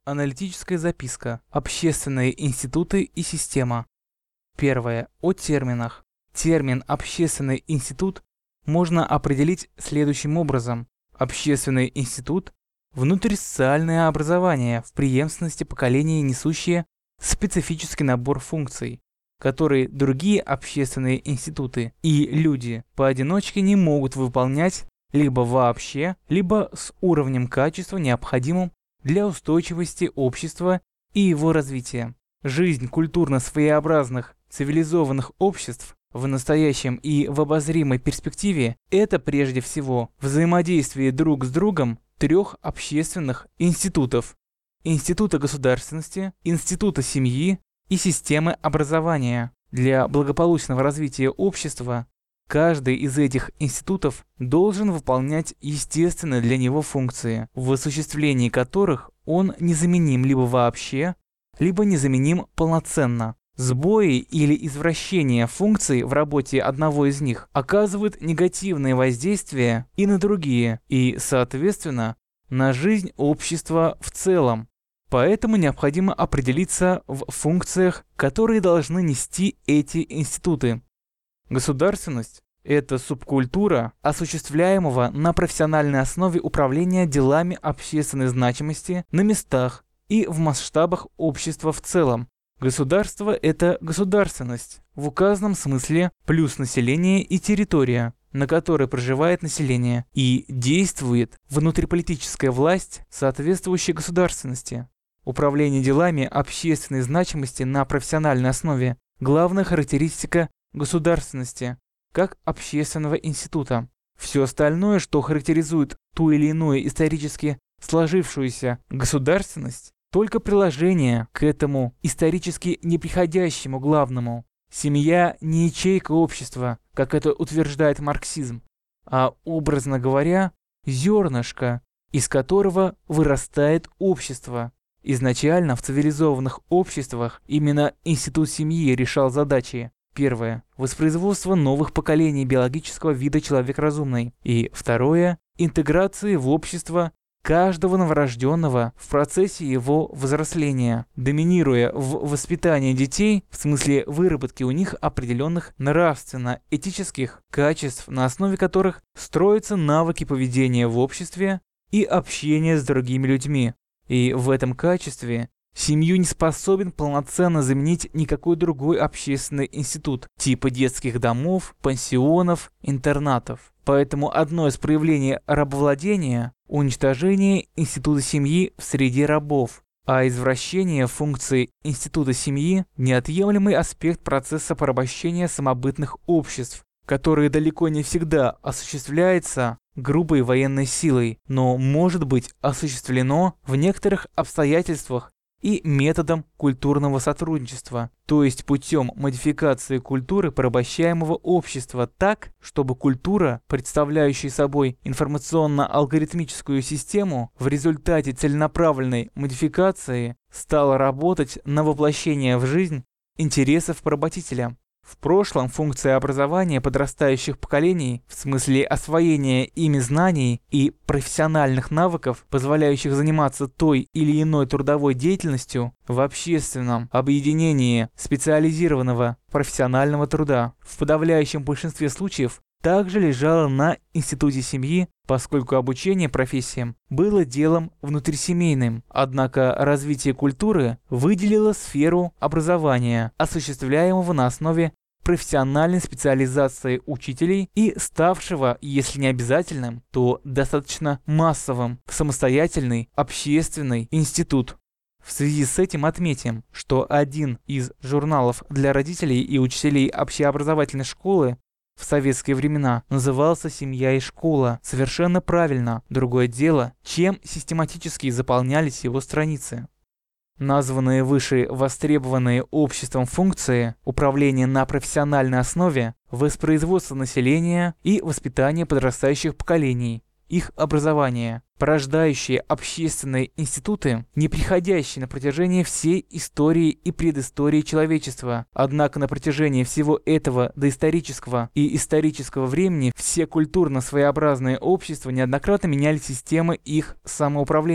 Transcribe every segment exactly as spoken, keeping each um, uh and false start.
Аналитическая записка. Общественные институты и система. Первое. О терминах. Термин «общественный институт» можно определить следующим образом. Общественный институт – внутрисоциальное образование в преемственности поколений, несущее специфический набор функций, которые другие общественные институты и люди поодиночке не могут выполнять либо вообще, либо с уровнем качества, необходимым для устойчивости общества и его развития. Жизнь культурно своеобразных цивилизованных обществ в настоящем и в обозримой перспективе – это прежде всего взаимодействие друг с другом трех общественных институтов: института государственности, института семьи и системы образования. Для благополучного развития общества каждый из этих институтов должен выполнять естественные для него функции, в осуществлении которых он незаменим либо вообще, либо незаменим полноценно. Сбои или извращения функций в работе одного из них оказывают негативное воздействие и на другие, и, соответственно, на жизнь общества в целом. Поэтому необходимо определиться в функциях, которые должны нести эти институты. Государственность – это субкультура, осуществляемого на профессиональной основе управления делами общественной значимости на местах и в масштабах общества в целом. Государство – это государственность, в указанном смысле плюс население и территория, на которой проживает население, и действует внутриполитическая власть, соответствующая государственности. Управление делами общественной значимости на профессиональной основе – главная характеристика государственности, как общественного института. Все остальное, что характеризует ту или иную исторически сложившуюся государственность, только приложение к этому исторически неприходящему главному. Семья не ячейка общества, как это утверждает марксизм, а, образно говоря, зернышко, из которого вырастает общество. Изначально в цивилизованных обществах именно институт семьи решал задачи. Первое – воспроизводство новых поколений биологического вида человек разумный. И второе – интеграции в общество каждого новорожденного в процессе его взросления, доминируя в воспитании детей в смысле выработки у них определенных нравственно-этических качеств, на основе которых строятся навыки поведения в обществе и общения с другими людьми. И в этом качестве семью не способен полноценно заменить никакой другой общественный институт, типа детских домов, пансионов, интернатов. Поэтому одно из проявлений рабовладения – уничтожение института семьи в среде рабов, а извращение функции института семьи – неотъемлемый аспект процесса порабощения самобытных обществ, который далеко не всегда осуществляется грубой военной силой, но может быть осуществлено в некоторых обстоятельствах и методом культурного сотрудничества, то есть путем модификации культуры порабощаемого общества так, чтобы культура, представляющая собой информационно-алгоритмическую систему, в результате целенаправленной модификации стала работать на воплощение в жизнь интересов поработителя. В прошлом функция образования подрастающих поколений, в смысле освоения ими знаний и профессиональных навыков, позволяющих заниматься той или иной трудовой деятельностью в общественном объединении специализированного профессионального труда, в подавляющем большинстве случаев также лежала на институте семьи, поскольку обучение профессиям было делом внутрисемейным. Однако развитие культуры выделило сферу образования, осуществляемого на основе профессиональной специализации учителей и ставшего, если не обязательным, то достаточно массовым, в самостоятельный общественный институт. В связи с этим отметим, что один из журналов для родителей и учителей общеобразовательной школы в советские времена назывался «Семья и школа». Совершенно правильно. Другое дело, чем систематически заполнялись его страницы. Названные выше востребованные обществом функции управления на профессиональной основе, воспроизводство населения и воспитание подрастающих поколений, их образование, порождающие общественные институты, не приходящие на протяжении всей истории и предыстории человечества. Однако на протяжении всего этого доисторического и исторического времени все культурно своеобразные общества неоднократно меняли системы их самоуправления,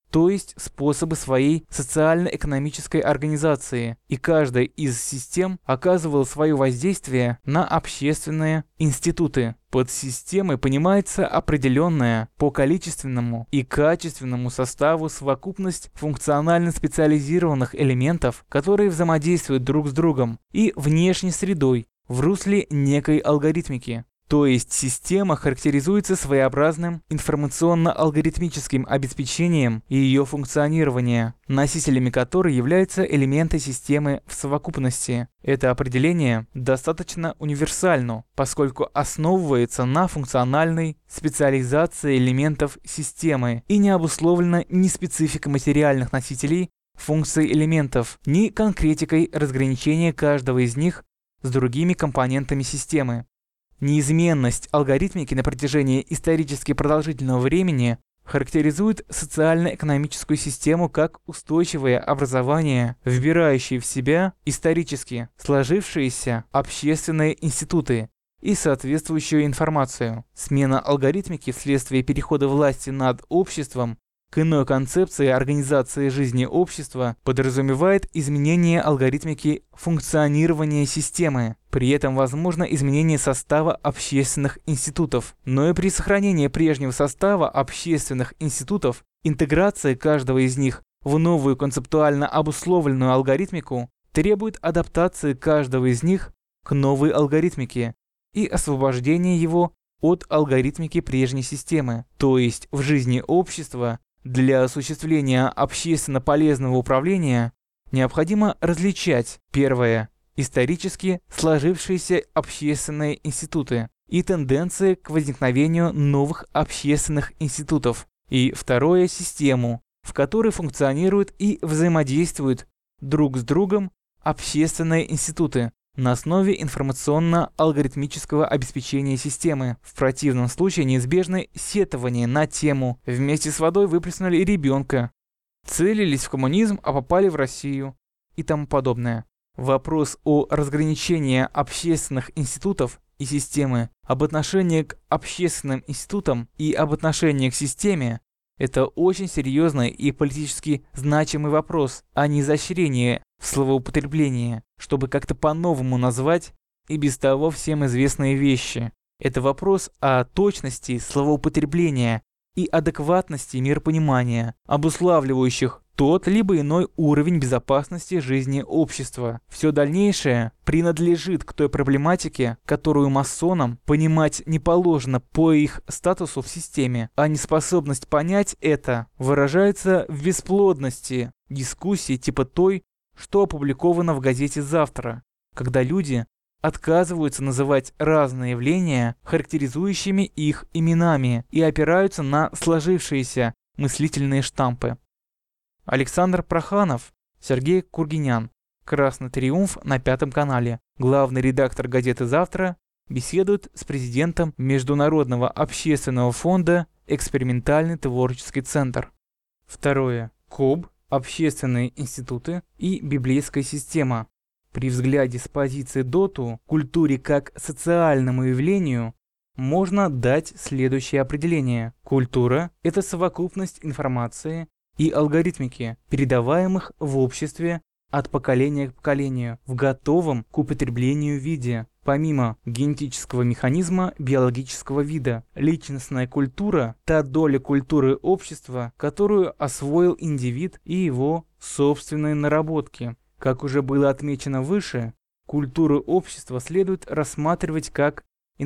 то есть способы своей социально-экономической организации, и каждая из систем оказывала свое воздействие на общественные институты. Под системой понимается определенная по количественному и качественному составу совокупность функционально специализированных элементов, которые взаимодействуют друг с другом и внешней средой в русле некой алгоритмики. То есть система характеризуется своеобразным информационно-алгоритмическим обеспечением и ее функционирования, носителями которой являются элементы системы в совокупности. Это определение достаточно универсально, поскольку основывается на функциональной специализации элементов системы и не обусловлено ни спецификой материальных носителей функций элементов, ни конкретикой разграничения каждого из них с другими компонентами системы. Неизменность алгоритмики на протяжении исторически продолжительного времени характеризует социально-экономическую систему как устойчивое образование, вбирающее в себя исторически сложившиеся общественные институты и соответствующую информацию. Смена алгоритмики вследствие перехода власти над обществом к иной концепции организации жизни общества подразумевает изменение алгоритмики функционирования системы. При этом возможно изменение состава общественных институтов. Но и при сохранении прежнего состава общественных институтов интеграция каждого из них в новую концептуально обусловленную алгоритмику требует адаптации каждого из них к новой алгоритмике и освобождения его от алгоритмики прежней системы. То есть в жизни общества для осуществления общественно полезного управления необходимо различать: первое – исторически сложившиеся общественные институты и тенденции к возникновению новых общественных институтов, и второе – систему, в которой функционируют и взаимодействуют друг с другом общественные институты на основе информационно-алгоритмического обеспечения системы. В противном случае неизбежно сетование на тему «вместе с водой выплеснули и ребенка», «целились в коммунизм, а попали в Россию» и тому подобное. Вопрос о разграничении общественных институтов и системы, об отношении к общественным институтам и об отношении к системе – это очень серьезный и политически значимый вопрос, а не изощрение в словоупотреблении, чтобы как-то по-новому назвать и без того всем известные вещи. Это вопрос о точности словоупотребления и адекватности миропонимания, обуславливающих тот либо иной уровень безопасности жизни общества. Все дальнейшее принадлежит к той проблематике, которую масонам понимать не положено по их статусу в системе, а неспособность понять это выражается в бесплодности дискуссии типа той, что опубликовано в газете «Завтра», когда люди отказываются называть разные явления характеризующими их именами и опираются на сложившиеся мыслительные штампы. Александр Проханов, Сергей Кургинян. «Красный триумф» на Пятом канале. Главный редактор газеты «Завтра» беседует с президентом Международного общественного фонда «Экспериментальный творческий центр». Второе. КОБ, общественные институты и библейская система. При взгляде с позиции доту культуре как социальному явлению можно дать следующее определение. Культура – это совокупность информации и алгоритмики, передаваемых в обществе от поколения к поколению в готовом к употреблению виде. Помимо генетического механизма биологического вида, личностная культура – та доля культуры общества, которую освоил индивид и его собственные наработки. Как уже было отмечено выше, культуру общества следует рассматривать как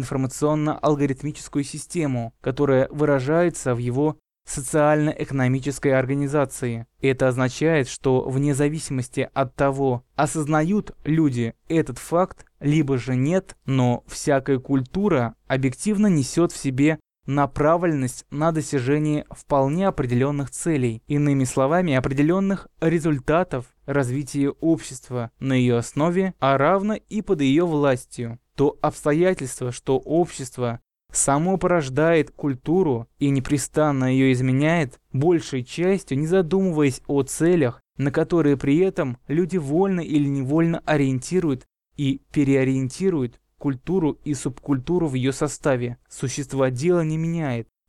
информационно-алгоритмическую систему, которая выражается в его социально-экономической организации. Это означает, что вне зависимости от того, осознают люди этот факт, либо же нет, но всякая культура объективно несет в себе направленность на достижение вполне определенных целей, иными словами, определенных результатов развития общества на ее основе, а равно и под ее властью. То обстоятельство, что общество само порождает культуру и непрестанно ее изменяет, большей частью не задумываясь о целях, на которые при этом люди вольно или невольно ориентируют и переориентируют культуру и субкультуру в ее составе. Существо дела не меняет,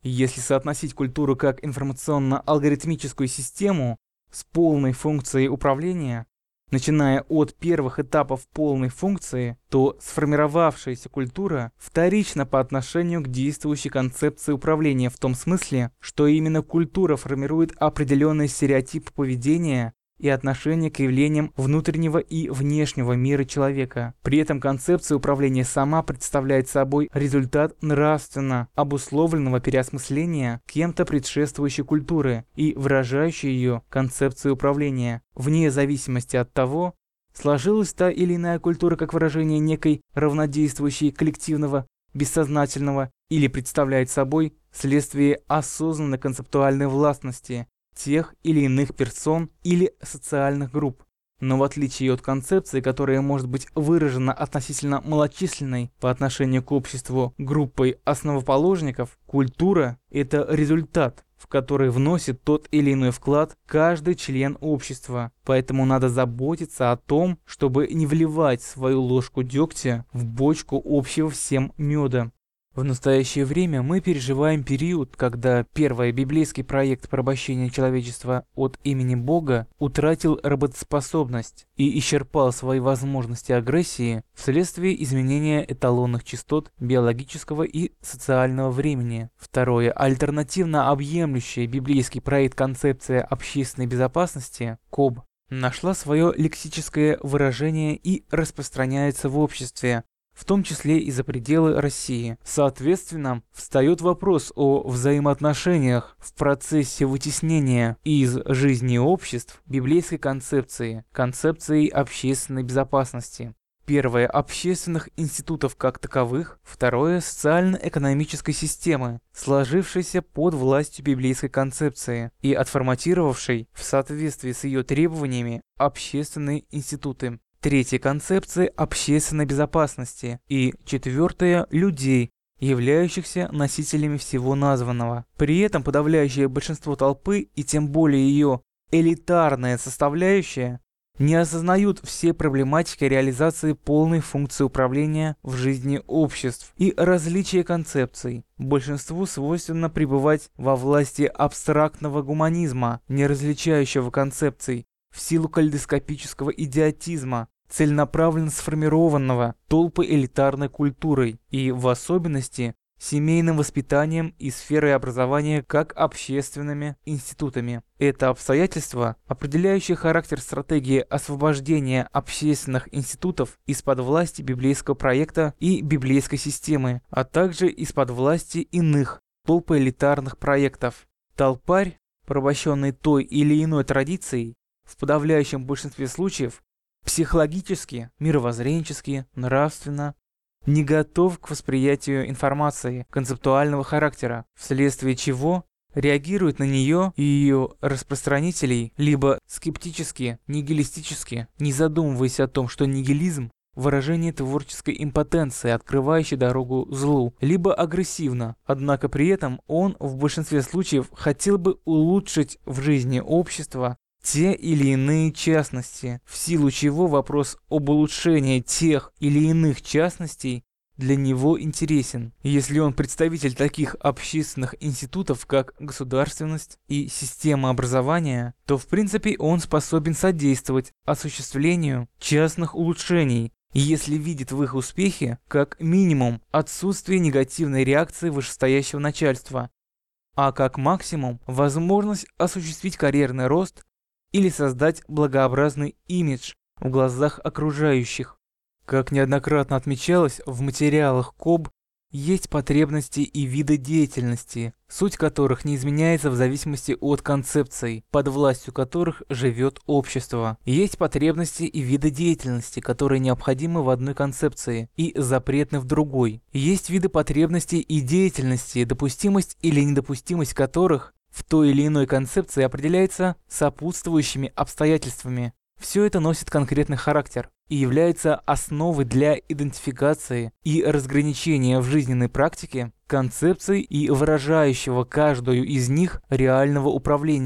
Если соотносить культуру как информационно-алгоритмическую систему с полной функцией управления, начиная от первых этапов полной функции, то сформировавшаяся культура вторична по отношению к действующей концепции управления в том смысле, что именно культура формирует определенные стереотипы поведения и отношение к явлениям внутреннего и внешнего мира человека. При этом концепция управления сама представляет собой результат нравственно обусловленного переосмысления кем-то предшествующей культуры и выражающей ее концепции управления, вне зависимости от того, сложилась та или иная культура как выражение некой равнодействующей коллективного, бессознательного или представляет собой следствие осознанной концептуальной властности тех или иных персон или социальных групп. Но в отличие от концепции, которая может быть выражена относительно малочисленной по отношению к обществу группой основоположников, культура – это результат, в который вносит тот или иной вклад каждый член общества. Поэтому надо заботиться о том, чтобы не вливать свою ложку дегтя в бочку общего всем меда. В настоящее время мы переживаем период, когда первый библейский проект порабощения человечества от имени Бога утратил работоспособность и исчерпал свои возможности агрессии вследствие изменения эталонных частот биологического и социального времени. Второе. Альтернативно объемлющая библейский проект концепция общественной безопасности КОБ нашла свое лексическое выражение и распространяется в обществе, в том числе и за пределы России. Соответственно, встает вопрос о взаимоотношениях в процессе вытеснения из жизни обществ библейской концепции, концепции общественной безопасности. Первое – общественных институтов как таковых, второе – социально-экономической системы, сложившейся под властью библейской концепции и отформатировавшей в соответствии с ее требованиями общественные институты. Третья – концепция общественной безопасности. И четвертое – людей, являющихся носителями всего названного. При этом подавляющее большинство толпы, и тем более ее элитарная составляющая, не осознают все проблематики реализации полной функции управления в жизни обществ и различия концепций. Большинству свойственно пребывать во власти абстрактного гуманизма, не различающего концепций, в силу калейдоскопического идиотизма, целенаправленно сформированного толпой элитарной культурой и, в особенности, семейным воспитанием и сферой образования как общественными институтами. Это обстоятельство, определяющее характер стратегии освобождения общественных институтов из-под власти библейского проекта и библейской системы, а также из-под власти иных толпоэлитарных проектов. Толпарь, порабощенный той или иной традицией, в подавляющем большинстве случаев психологически, мировоззренчески, нравственно не готов к восприятию информации концептуального характера, вследствие чего реагирует на нее и ее распространителей либо скептически, нигилистически, не задумываясь о том, что нигилизм – выражение творческой импотенции, открывающей дорогу злу, либо агрессивно, однако при этом он в большинстве случаев хотел бы улучшить в жизни общества те или иные частности, в силу чего вопрос об улучшении тех или иных частностей для него интересен. Если он представитель таких общественных институтов, как государственность и система образования, то в принципе он способен содействовать осуществлению частных улучшений, если видит в их успехе как минимум отсутствие негативной реакции вышестоящего начальства, а как максимум возможность осуществить карьерный рост или создать благообразный имидж в глазах окружающих. Как неоднократно отмечалось в материалах КОБ, есть потребности и виды деятельности, суть которых не изменяется в зависимости от концепций, под властью которых живет общество. Есть потребности и виды деятельности, которые необходимы в одной концепции и запретны в другой. Есть виды потребностей и деятельности, допустимость или недопустимость которых в той или иной концепции определяется сопутствующими обстоятельствами. Все это носит конкретный характер и является основой для идентификации и разграничения в жизненной практике концепций и выражающего каждую из них реального управления.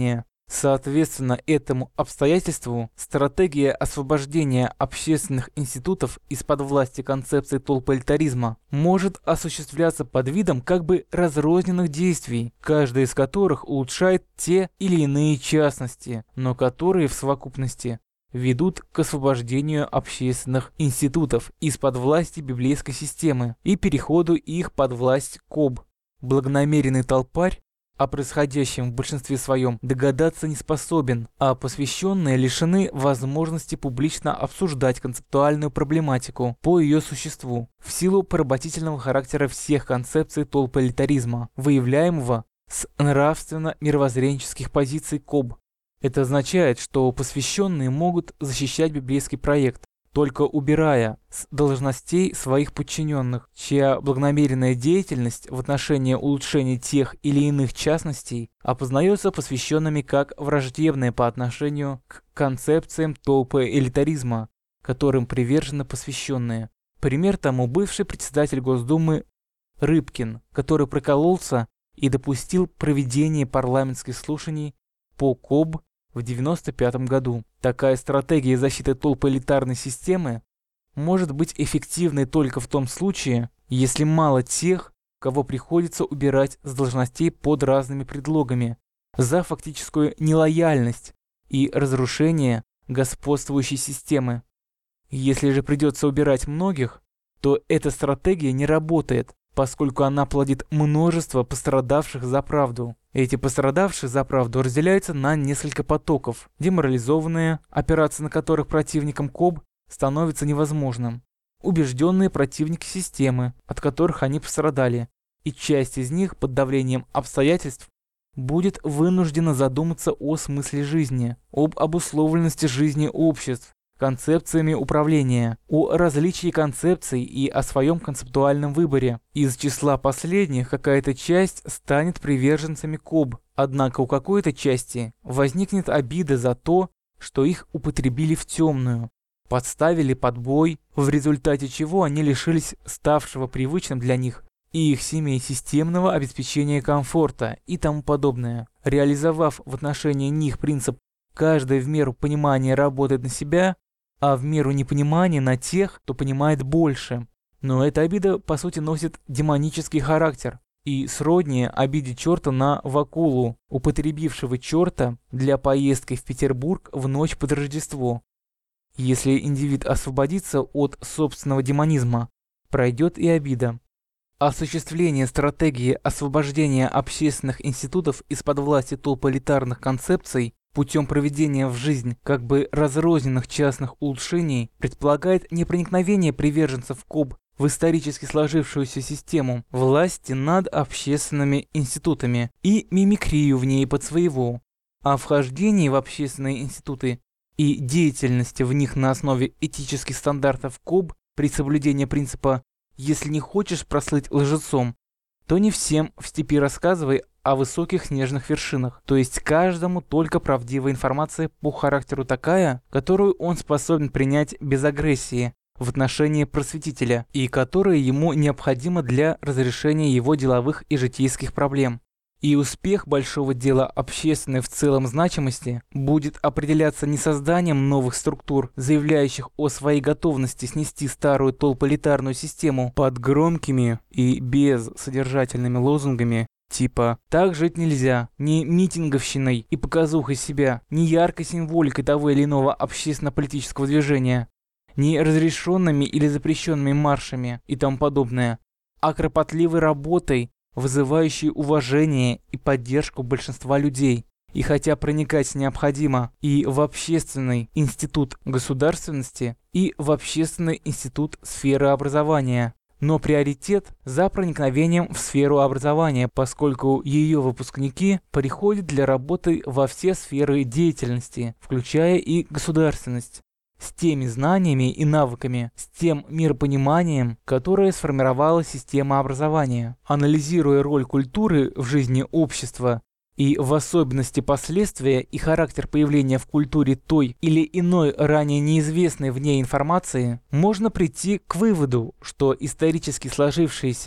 Соответственно этому обстоятельству стратегия освобождения общественных институтов из-под власти концепции толполитаризма может осуществляться под видом как бы разрозненных действий, каждая из которых улучшает те или иные частности, но которые в совокупности ведут к освобождению общественных институтов из-под власти библейской системы и переходу их под власть КОБ. Благонамеренный толпарь о происходящем в большинстве своем догадаться не способен, а посвященные лишены возможности публично обсуждать концептуальную проблематику по ее существу в силу поработительного характера всех концепций толполитаризма, выявляемого с нравственно-мировоззренческих позиций КОБ. Это означает, что посвященные могут защищать библейский проект, только убирая с должностей своих подчиненных, чья благонамеренная деятельность в отношении улучшения тех или иных частностей опознается посвященными как враждебная по отношению к концепциям толполитаризма, которым привержены посвященные. Пример тому бывший председатель Госдумы Рыбкин, который прокололся и допустил проведение парламентских слушаний по КОБ в девяносто пятом году. Такая стратегия защиты толполитарной системы может быть эффективной только в том случае, если мало тех, кого приходится убирать с должностей под разными предлогами за фактическую нелояльность и разрушение господствующей системы. Если же придется убирать многих, то эта стратегия не работает, поскольку она плодит множество пострадавших за правду. Эти пострадавшие за правду разделяются на несколько потоков, деморализованные, опираться на которых противникам КОБ становится невозможным, убежденные противники системы, от которых они пострадали, и часть из них под давлением обстоятельств будет вынуждена задуматься о смысле жизни, об обусловленности жизни обществ, концепциями управления, о различии концепций и о своем концептуальном выборе. Из числа последних какая-то часть станет приверженцами КОБ, однако у какой-то части возникнет обида за то, что их употребили в темную, подставили под бой, в результате чего они лишились ставшего привычным для них и их семей системного обеспечения комфорта и тому подобное. Реализовав в отношении них принцип «каждый в меру понимания работает на себя», а в меру непонимания на тех, кто понимает больше. Но эта обида, по сути, носит демонический характер и сродни обиде черта на Вакулу, употребившего черта для поездки в Петербург в ночь под Рождество. Если индивид освободится от собственного демонизма, пройдет и обида. Осуществление стратегии освобождения общественных институтов из-под власти толполитарных концепций путем проведения в жизнь как бы разрозненных частных улучшений предполагает не проникновение приверженцев КОБ в исторически сложившуюся систему власти над общественными институтами и мимикрию в ней под своего, а вхождение в общественные институты и деятельности в них на основе этических стандартов КОБ при соблюдении принципа «если не хочешь прослыть лжецом, то не всем в степи рассказывай о высоких снежных вершинах», то есть каждому только правдивая информация по характеру такая, которую он способен принять без агрессии в отношении просветителя и которая ему необходима для разрешения его деловых и житейских проблем. И успех большого дела общественной в целом значимости будет определяться не созданием новых структур, заявляющих о своей готовности снести старую толполитарную систему под громкими и безсодержательными лозунгами типа «так жить нельзя», не митинговщиной и показухой себя, не яркой символикой того или иного общественно-политического движения, не разрешенными или запрещенными маршами и тому подобное, а кропотливой работой, вызывающей уважение и поддержку большинства людей. И хотя проникать необходимо и в общественный институт государственности, и в общественный институт сферы образования, но приоритет за проникновением в сферу образования, поскольку ее выпускники приходят для работы во все сферы деятельности, включая и государственность, с теми знаниями и навыками, с тем миропониманием, которое сформировала система образования. Анализируя роль культуры в жизни общества и в особенности последствия и характер появления в культуре той или иной ранее неизвестной в ней информации, можно прийти к выводу, что исторически сложившаяся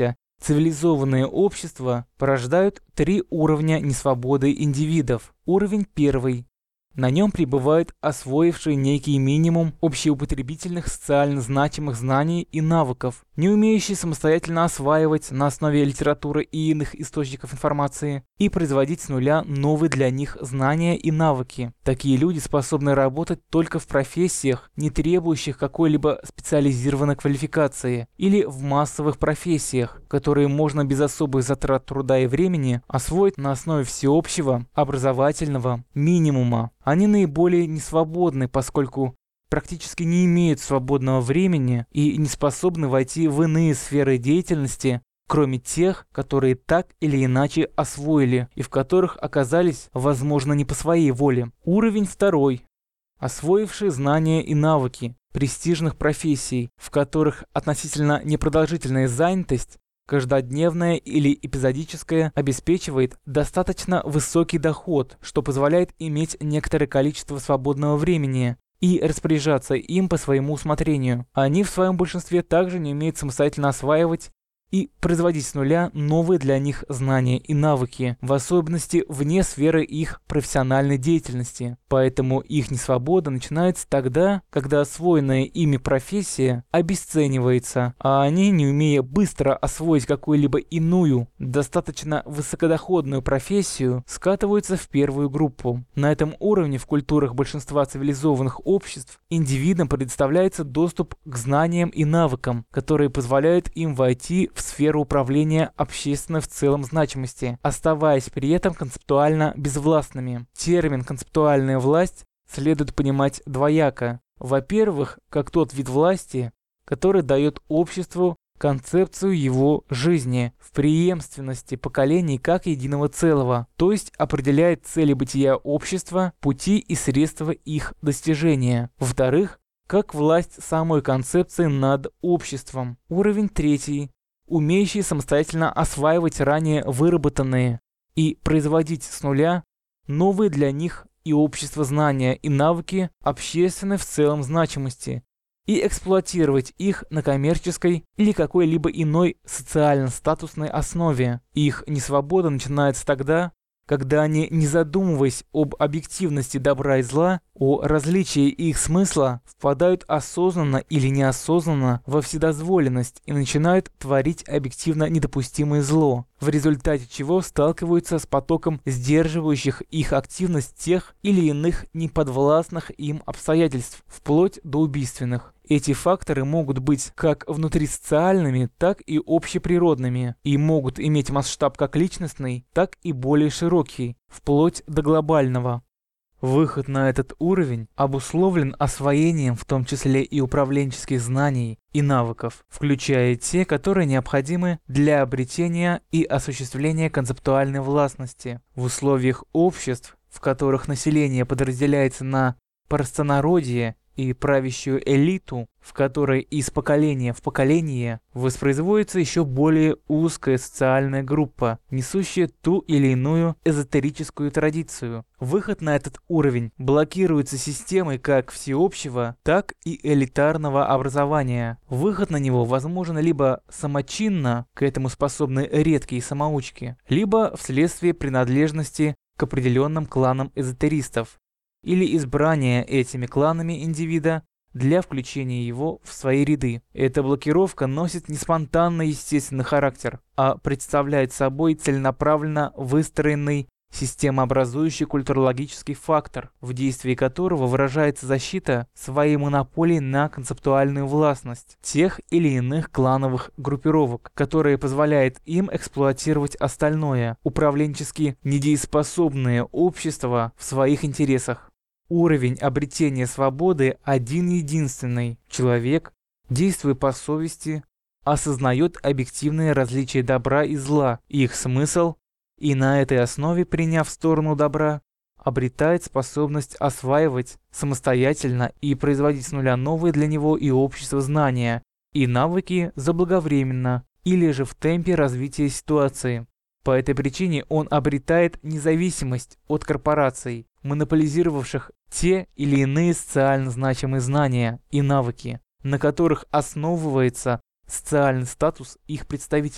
Цивилизованные общества порождают три уровня несвободы индивидов. Уровень первый. На нем пребывают освоившие некий минимум общеупотребительных социально значимых знаний и навыков, не умеющие самостоятельно осваивать на основе литературы и иных источников информации и производить с нуля новые для них знания и навыки. Такие люди способны работать только в профессиях, не требующих какой-либо специализированной квалификации, или в массовых профессиях, которые можно без особых затрат труда и времени освоить на основе всеобщего образовательного минимума. Они наиболее несвободны, поскольку практически не имеют свободного времени и не способны войти в иные сферы деятельности, кроме тех, которые так или иначе освоили и в которых оказались, возможно, не по своей воле. Уровень второй. Освоившие знания и навыки престижных профессий, в которых относительно непродолжительная занятость, каждодневная или эпизодическая, обеспечивает достаточно высокий доход, что позволяет иметь некоторое количество свободного времени и распоряжаться им по своему усмотрению. Они в своем большинстве также не умеют самостоятельно осваивать и производить с нуля новые для них знания и навыки, в особенности вне сферы их профессиональной деятельности. Поэтому их несвобода начинается тогда, когда освоенная ими профессия обесценивается, а они, не умея быстро освоить какую-либо иную, достаточно высокодоходную профессию, скатываются в первую группу. На этом уровне в культурах большинства цивилизованных обществ индивидам предоставляется доступ к знаниям и навыкам, которые позволяют им войти в сферу управления общественной в целом значимости, оставаясь при этом концептуально безвластными. Термин «концептуальная власть» следует понимать двояко. Во-первых, как тот вид власти, который дает обществу концепцию его жизни в преемственности поколений как единого целого, то есть определяет цели бытия общества, пути и средства их достижения. Во-вторых, как власть самой концепции над обществом. Уровень третий. Умеющие самостоятельно осваивать ранее выработанные и производить с нуля новые для них и общества знания и навыки общественной в целом значимости и эксплуатировать их на коммерческой или какой-либо иной социально-статусной основе. Их несвобода начинается тогда, когда они, не задумываясь об объективности добра и зла, о различии их смысла, впадают осознанно или неосознанно во вседозволенность и начинают творить объективно недопустимое зло, в результате чего сталкиваются с потоком сдерживающих их активность тех или иных неподвластных им обстоятельств, вплоть до убийственных. Эти факторы могут быть как внутрисоциальными, так и общеприродными, и могут иметь масштаб как личностный, так и более широкий, вплоть до глобального. Выход на этот уровень обусловлен освоением в том числе и управленческих знаний и навыков, включая те, которые необходимы для обретения и осуществления концептуальной властности в условиях обществ, в которых население подразделяется на простонародье и правящую элиту, в которой из поколения в поколение воспроизводится еще более узкая социальная группа, несущая ту или иную эзотерическую традицию. Выход на этот уровень блокируется системой как всеобщего, так и элитарного образования. Выход на него возможен либо самочинно, к этому способны редкие самоучки, либо вследствие принадлежности к определенным кланам эзотеристов, или избрание этими кланами индивида для включения его в свои ряды. Эта блокировка носит не спонтанный естественный характер, а представляет собой целенаправленно выстроенный системообразующий культурологический фактор, в действии которого выражается защита своей монополии на концептуальную властность тех или иных клановых группировок, которая позволяет им эксплуатировать остальное, управленчески недееспособное общество в своих интересах. Уровень обретения свободы один-единственный. Человек, действуя по совести, осознает объективные различия добра и зла, их смысл, и на этой основе, приняв сторону добра, обретает способность осваивать самостоятельно и производить с нуля новые для него и общества знания и навыки заблаговременно или же в темпе развития ситуации. По этой причине он обретает независимость от корпораций, монополизировавших те или иные социально значимые знания и навыки, на которых основывается социальный статус их представителей.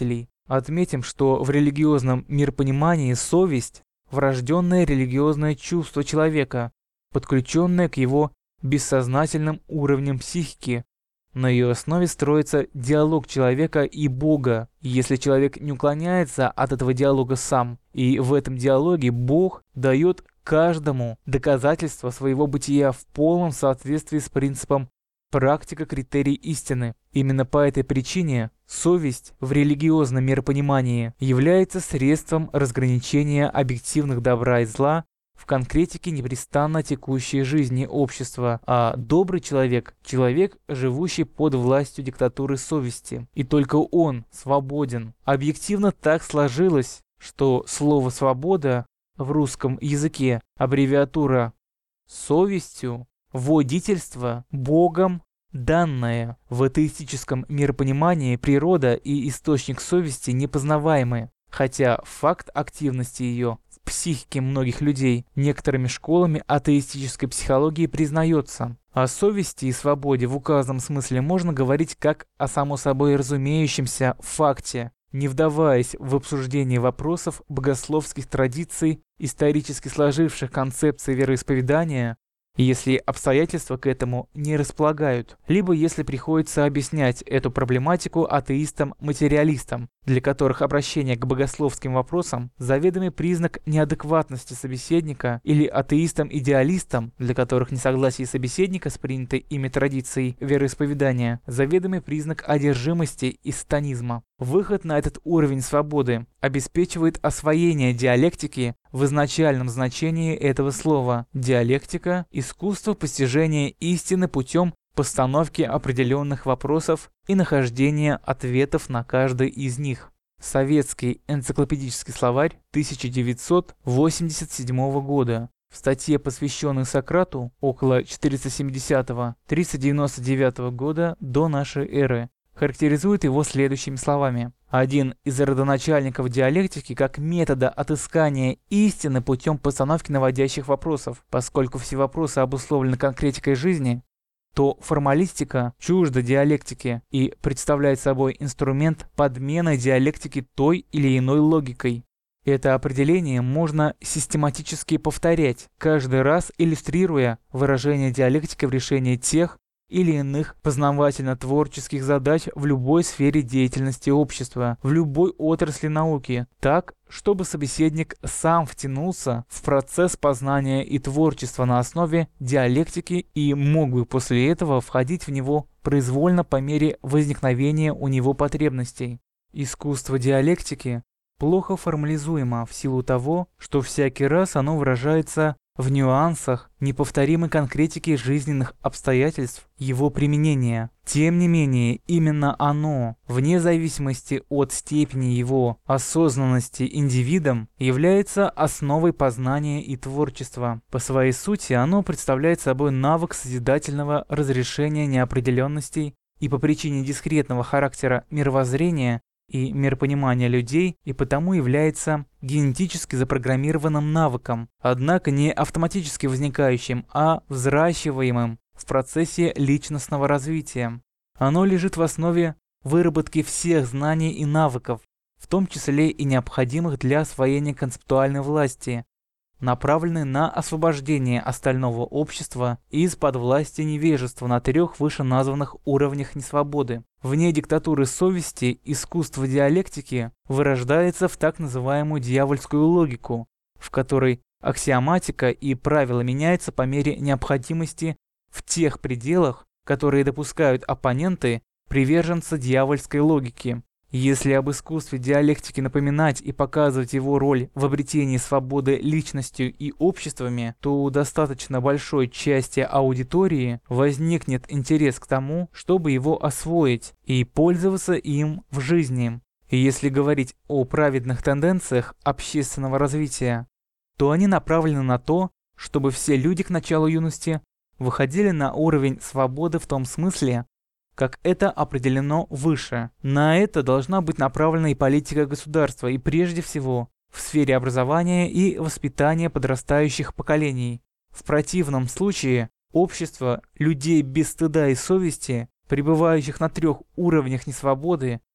Отметим, что в религиозном миропонимании совесть – врожденное религиозное чувство человека, подключенное к его бессознательным уровням психики. На ее основе строится диалог человека и Бога. Если человек не уклоняется от этого диалога сам, и в этом диалоге Бог дает каждому доказательство своего бытия в полном соответствии с принципом практика критерий истины. Именно по этой причине совесть в религиозном миропонимании является средством разграничения объективных добра и зла в конкретике непрестанно текущей жизни общества, а добрый человек – человек, живущий под властью диктатуры совести, и только он свободен. Объективно так сложилось, что слово «свобода» в русском языке аббревиатура «совестью», водительство Богом данное. В атеистическом миропонимании природа и источник совести непознаваемы, хотя факт активности ее в психике многих людей некоторыми школами атеистической психологии признается. О совести и свободе в указанном смысле можно говорить как о само собой разумеющемся факте, не вдаваясь в обсуждение вопросов богословских традиций, исторически сложивших концепции вероисповедания, если обстоятельства к этому не располагают, либо если приходится объяснять эту проблематику атеистам-материалистам, для которых обращение к богословским вопросам – заведомый признак неадекватности собеседника, или атеистам-идеалистам, для которых несогласие собеседника с принятой ими традицией вероисповедания – заведомый признак одержимости и сатанизма. Выход на этот уровень свободы обеспечивает освоение диалектики в изначальном значении этого слова. Диалектика – искусство постижения истины путем постановки определенных вопросов и нахождения ответов на каждый из них. Советский энциклопедический словарь тысяча девятьсот восемьдесят седьмого года. В статье, посвященной Сократу, около четыреста семидесятого — триста девяносто девятого года до нашей эры, характеризует его следующими словами. Один из родоначальников диалектики как метода отыскания истины путем постановки наводящих вопросов. Поскольку все вопросы обусловлены конкретикой жизни, то формалистика чужда диалектики и представляет собой инструмент подмены диалектики той или иной логикой. Это определение можно систематически повторять, каждый раз иллюстрируя выражение диалектики в решении тех или иных познавательно-творческих задач в любой сфере деятельности общества, в любой отрасли науки, так, чтобы собеседник сам втянулся в процесс познания и творчества на основе диалектики и мог бы после этого входить в него произвольно по мере возникновения у него потребностей. Искусство диалектики плохо формализуемо в силу того, что всякий раз оно выражается в нюансах неповторимой конкретики жизненных обстоятельств его применения. Тем не менее, именно оно, вне зависимости от степени его осознанности индивидом, является основой познания и творчества. По своей сути, оно представляет собой навык созидательного разрешения неопределенностей и по причине дискретного характера мировоззрения и миропонимания людей, и потому является генетически запрограммированным навыком, однако не автоматически возникающим, а взращиваемым в процессе личностного развития. Оно лежит в основе выработки всех знаний и навыков, в том числе и необходимых для освоения концептуальной власти, направленной на освобождение остального общества из-под власти невежества на трех вышеназванных уровнях несвободы. Вне диктатуры совести искусство диалектики вырождается в так называемую дьявольскую логику, в которой аксиоматика и правила меняются по мере необходимости в тех пределах, которые допускают оппоненты приверженца дьявольской логики. Если об искусстве диалектики напоминать и показывать его роль в обретении свободы личностью и обществами, то у достаточно большой части аудитории возникнет интерес к тому, чтобы его освоить и пользоваться им в жизни. И если говорить о праведных тенденциях общественного развития, то они направлены на то, чтобы все люди к началу юности выходили на уровень свободы в том смысле, как это определено выше. На это должна быть направлена и политика государства, и прежде всего в сфере образования и воспитания подрастающих поколений. В противном случае общество людей без стыда и совести, пребывающих на трех уровнях несвободы,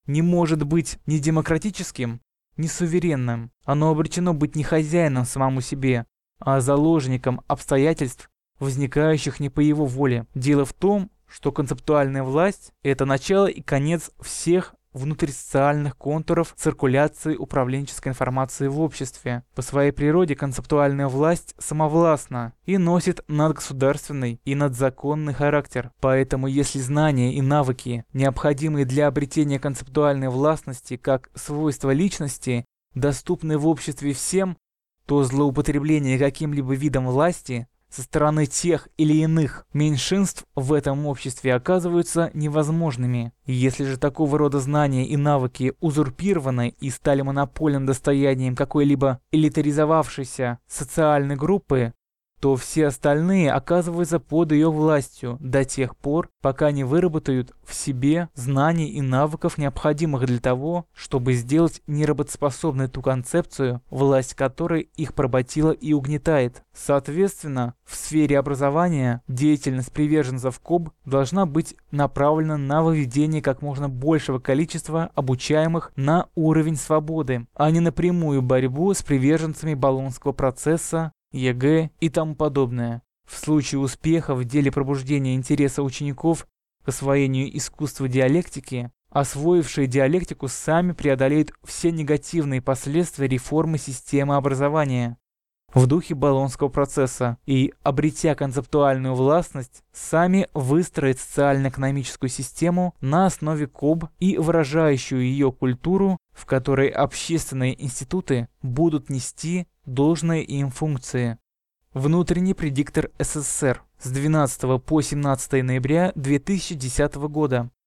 не может быть ни демократическим, ни суверенным. Оно обречено быть не хозяином самому себе, а заложником обстоятельств, возникающих не по его воле. Дело в том, что концептуальная власть – это начало и конец всех внутрисоциальных контуров циркуляции управленческой информации в обществе. По своей природе концептуальная власть самовластна и носит надгосударственный и надзаконный характер. Поэтому если знания и навыки, необходимые для обретения концептуальной властности как свойства личности, доступны в обществе всем, то злоупотребление каким-либо видом власти со стороны тех или иных меньшинств в этом обществе оказываются невозможными. Если же такого рода знания и навыки узурпированы и стали монопольным достоянием какой-либо элитаризовавшейся социальной группы, то все остальные оказываются под ее властью до тех пор, пока не выработают в себе знаний и навыков, необходимых для того, чтобы сделать неработоспособной ту концепцию, власть которой их поработила и угнетает. Соответственно, в сфере образования деятельность приверженцев КОБ должна быть направлена на выведение как можно большего количества обучаемых на уровень свободы, а не напрямую борьбу с приверженцами Болонского процесса, ЕГЭ и тому подобное. В случае успеха в деле пробуждения интереса учеников к освоению искусства диалектики, освоившие диалектику сами преодолеют все негативные последствия реформы системы образования в духе Болонского процесса и, обретя концептуальную властность, сами выстроят социально-экономическую систему на основе КОБ и выражающую ее культуру, в которой общественные институты будут нести должные им функции. Внутренний предиктор СССР с двенадцатого по семнадцатое ноября две тысячи десятого года.